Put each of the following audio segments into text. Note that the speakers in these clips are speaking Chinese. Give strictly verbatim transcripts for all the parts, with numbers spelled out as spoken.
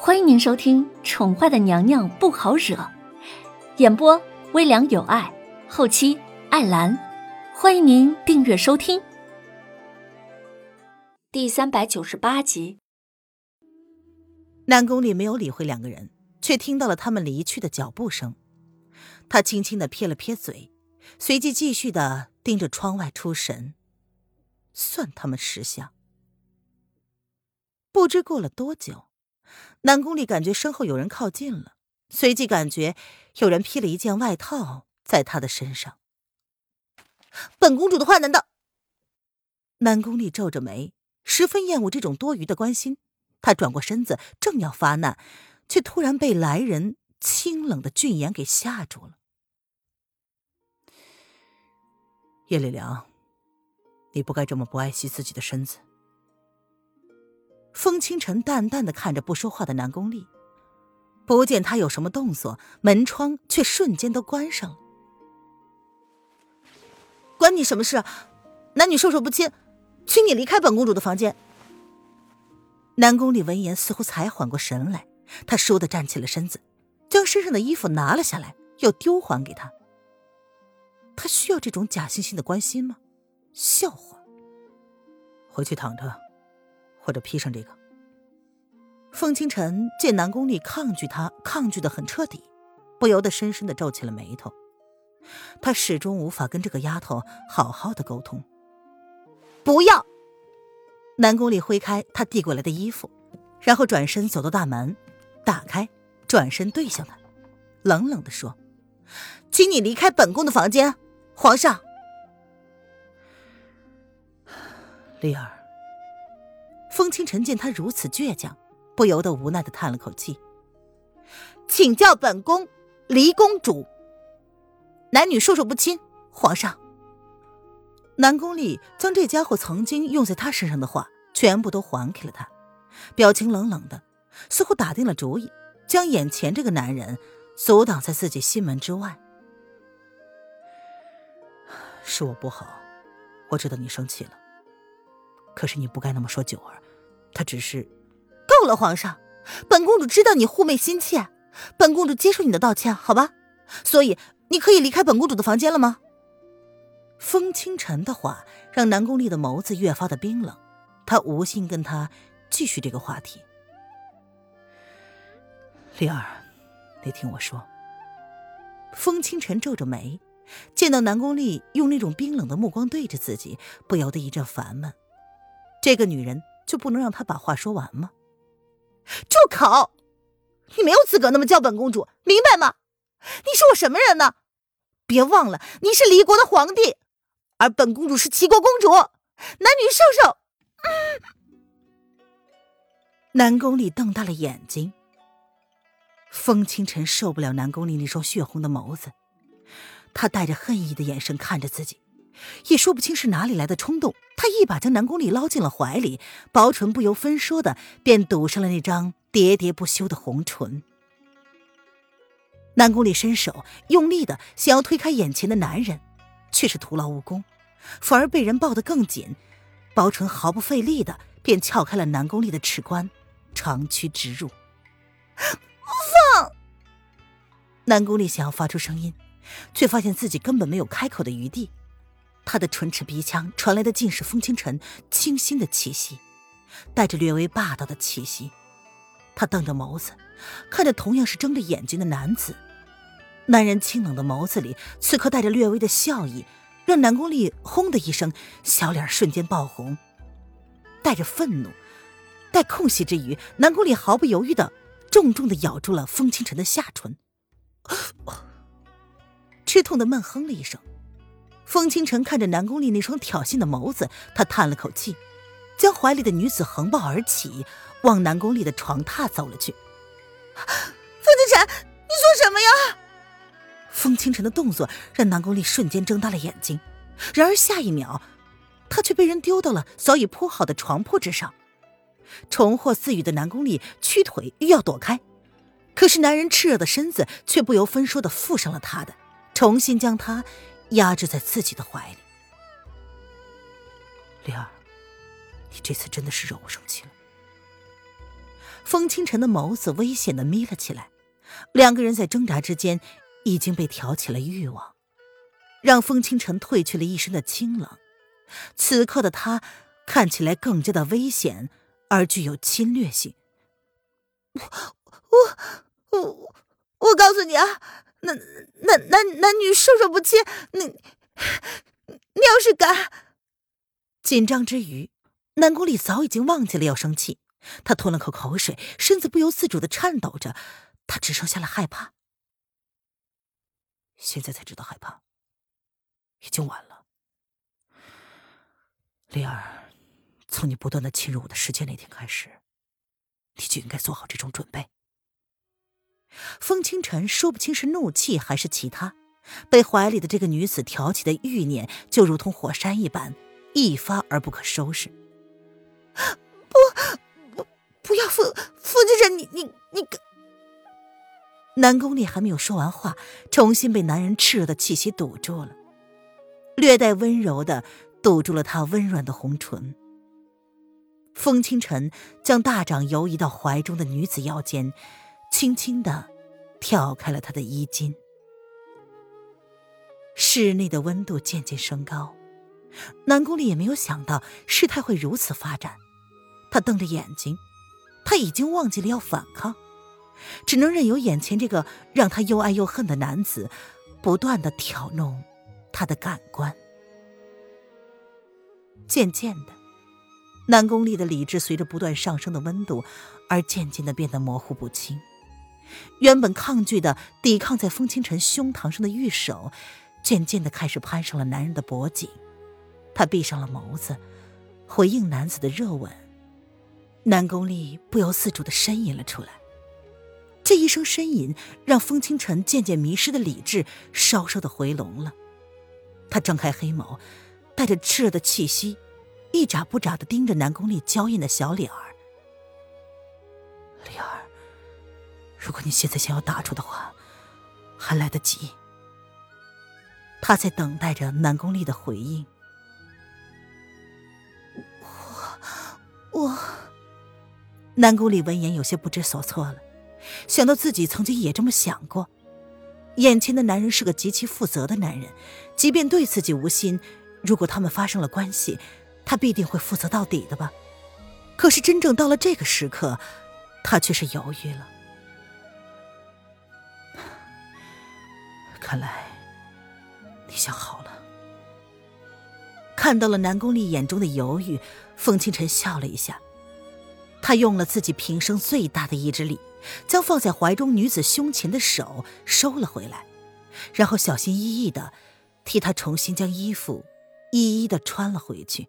欢迎您收听《宠坏的娘娘不好惹》，演播微凉有爱，后期艾兰。欢迎您订阅收听。第三百九十八集。 南宫里没有理会两个人，却听到了他们离去的脚步声。他轻轻地撇了撇嘴，随即继续地盯着窗外出神。算他们识相。不知过了多久，南宫里感觉身后有人靠近了，随即感觉有人披了一件外套在他的身上。本公主的话难道……南宫里皱着眉，十分厌恶这种多余的关心。他转过身子正要发难，却突然被来人清冷的俊颜给吓住了。叶丽良，你不该这么不爱惜自己的身子。风清晨淡淡的看着不说话的南宫丽，不见他有什么动作，门窗却瞬间都关上了。关你什么事？男女授受不亲，请你离开本公主的房间。南宫丽闻言似乎才缓过神来，他倏地站起了身子，将身上的衣服拿了下来，又丢还给他。他需要这种假惺惺的关心吗？笑话。回去躺着，或者披上这个。风清晨见南宫丽抗拒他，抗拒得很彻底，不由得深深地皱起了眉头。他始终无法跟这个丫头好好的沟通。不要！南宫丽挥开他递过来的衣服，然后转身走到大门，打开，转身对向他，冷冷地说：请你离开本宫的房间，皇上。丽儿。风清晨见他如此倔强，不由得无奈地叹了口气。请叫本宫离公主，男女授受不亲，皇上。南宫丽将这家伙曾经用在他身上的话全部都还给了他，表情冷冷的，似乎打定了主意，将眼前这个男人阻挡在自己心门之外。是我不好，我知道你生气了，可是你不该那么说九儿，她只是……够了，皇上，本公主知道你护妹心切，本公主接受你的道歉，好吧？所以你可以离开本公主的房间了吗？风清晨的话让南宫丽的眸子越发的冰冷，他无心跟他继续这个话题。丽儿，你听我说。风清晨皱着眉，见到南宫丽用那种冰冷的目光对着自己，不由得一阵烦闷。这个女人就不能让她把话说完吗？住口！你没有资格那么叫本公主，明白吗？你是我什么人呢？别忘了，你是离国的皇帝，而本公主是齐国公主，男女授受。嗯、南宫丽瞪大了眼睛。风清晨受不了南宫丽那双血红的眸子，他带着恨意的眼神看着自己，也说不清是哪里来的冲动，他一把将南宫丽捞进了怀里，薄唇不由分说的便堵上了那张喋喋不休的红唇。南宫丽伸手用力的想要推开眼前的男人，却是徒劳无功，反而被人抱得更紧，薄唇毫不费力的便撬开了南宫丽的齿关，长驱直入。放！南宫丽想要发出声音，却发现自己根本没有开口的余地。他的唇齿鼻腔传来的尽是风清晨清新的气息，带着略微霸道的气息。他瞪着眸子看着同样是睁着眼睛的男子，男人清冷的眸子里此刻带着略微的笑意，让南宫丽轰的一声，小脸瞬间爆红，带着愤怒，带空隙之余，南宫丽毫不犹豫地重重地咬住了风清晨的下唇，吃痛的闷哼了一声。风清晨看着南宫丽那双挑衅的眸子，他叹了口气，将怀里的女子横抱而起，往南宫丽的床榻走了去。风清晨，你说什么呀？风清晨的动作让南宫丽瞬间睁大了眼睛，然而下一秒他却被人丢到了早已铺好的床铺之上。重获自语的南宫丽屈腿欲要躲开，可是男人炽热的身子却不由分说地附上了他的，重新将他压制在自己的怀里。丽儿，你这次真的是惹我生气了。 风清晨的眸子危险地眯了起来，两个人在挣扎之间已经被挑起了欲望，让风清晨褪去了一身的清冷。此刻的他看起来更加的危险而具有侵略性。 我我我告诉你啊，男男男男女授受不亲，你你要是敢…… 紧张之余，南宫丽早已经忘记了要生气，他吞了口口水，身子不由自主地颤抖着，他只剩下了害怕。现在才知道害怕，已经晚了。丽儿，从你不断的侵入我的世界那天开始，你就应该做好这种准备。风清晨说不清是怒气还是其他，被怀里的这个女子挑起的欲念就如同火山一般，一发而不可收拾。 不不不要，风风清晨，你你你！ 南宫烈还没有说完话，重新被男人炽热的气息堵住了，略带温柔的堵住了他温软的红唇。风清晨将大掌游移到怀中的女子腰间，轻轻地挑开了她的衣襟。室内的温度渐渐升高，南宫烈也没有想到事态会如此发展。他瞪着眼睛，他已经忘记了要反抗，只能任由眼前这个让他又爱又恨的男子不断地挑弄他的感官。渐渐的，南宫烈的理智随着不断上升的温度而渐渐地变得模糊不清。原本抗拒的抵抗在风清晨胸膛上的玉手渐渐地开始攀上了男人的脖颈，他闭上了眸子，回应男子的热吻。南宫烈不由自主地呻吟了出来，这一声呻吟让风清晨渐渐迷失的理智稍稍地回笼了。他睁开黑眸，带着炽热的气息，一眨不眨地盯着南宫烈娇艳的小脸儿。丽儿，如果你现在想要打出的话，还来得及。他在等待着南宫烈的回应。 我我南宫烈闻言有些不知所措了，想到自己曾经也这么想过，眼前的男人是个极其负责的男人，即便对自己无心，如果他们发生了关系，他必定会负责到底的吧。可是真正到了这个时刻，他却是犹豫了。看来你想好了。看到了南宫烈眼中的犹豫，风清晨笑了一下，他用了自己平生最大的意志力，将放在怀中女子胸前的手收了回来，然后小心翼翼地替她重新将衣服一一地穿了回去。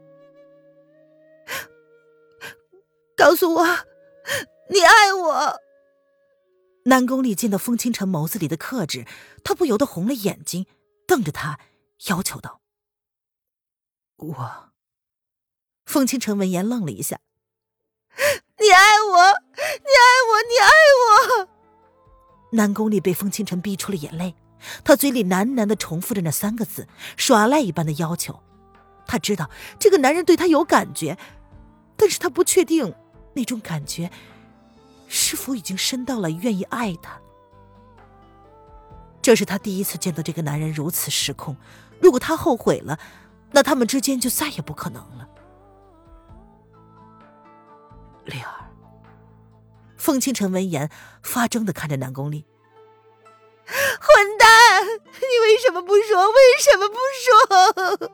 告诉我你爱我。 南宫烈见到风清晨眸子里的克制，他不由得红了眼睛，瞪着他要求道。我。风清晨闻言愣了一下。 你爱我，你爱我，你爱我。 南宫烈被风清晨逼出了眼泪，他嘴里喃喃地重复着那三个字，耍赖一般的要求。他知道这个男人对他有感觉，但是他不确定那种感觉是否已经深到了愿意爱他。这是他第一次见到这个男人如此失控，如果他后悔了，那他们之间就再也不可能了。丽儿，风清晨闻言发怔地看着南宫烈。 混蛋，你为什么不说？为什么不说？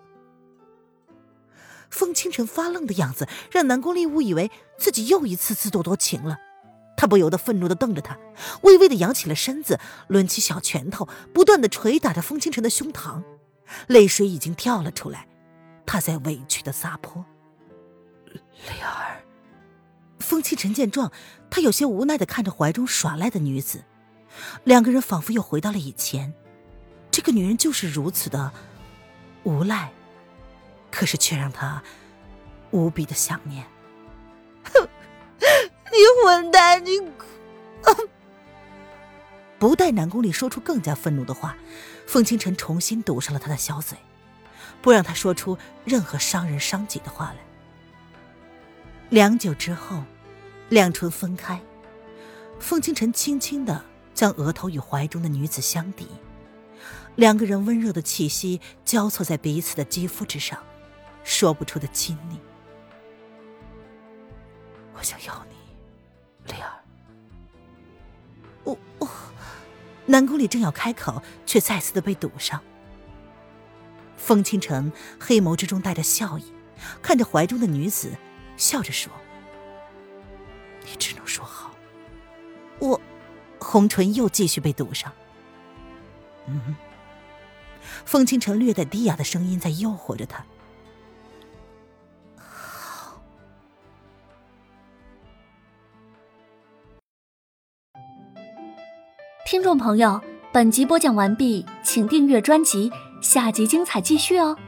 风清晨发愣的样子让南宫烈误以为自己又一次自作多情了，他不由得愤怒地瞪着他，微微地扬起了身子，抡起小拳头不断地捶打着风清晨的胸膛，泪水已经跳了出来，他在委屈地撒泼。丽儿，风清晨见状，他有些无奈地看着怀中耍赖的女子，两个人仿佛又回到了以前，这个女人就是如此的无赖，可是却让他无比的想念。 你混蛋，你、啊、 不待南宫烈说出更加愤怒的话，风清晨重新堵上了他的小嘴，不让他说出任何伤人伤己的话来。良久之后， 两唇分开，风清晨轻轻地将额头与怀中的女子相抵，两个人温热的气息交错在彼此的肌肤之上，说不出的亲昵。我想要你，丽儿。我我，南宫里正要开口，却再次的被堵上。风清晨黑眸之中带着笑意，看着怀中的女子，笑着说：“你只能说好。”我，红唇又继续被堵上。嗯，风清晨略带低哑的声音在诱惑着他。好。 听众朋友，本集播讲完毕，请订阅专辑，下集精彩继续哦。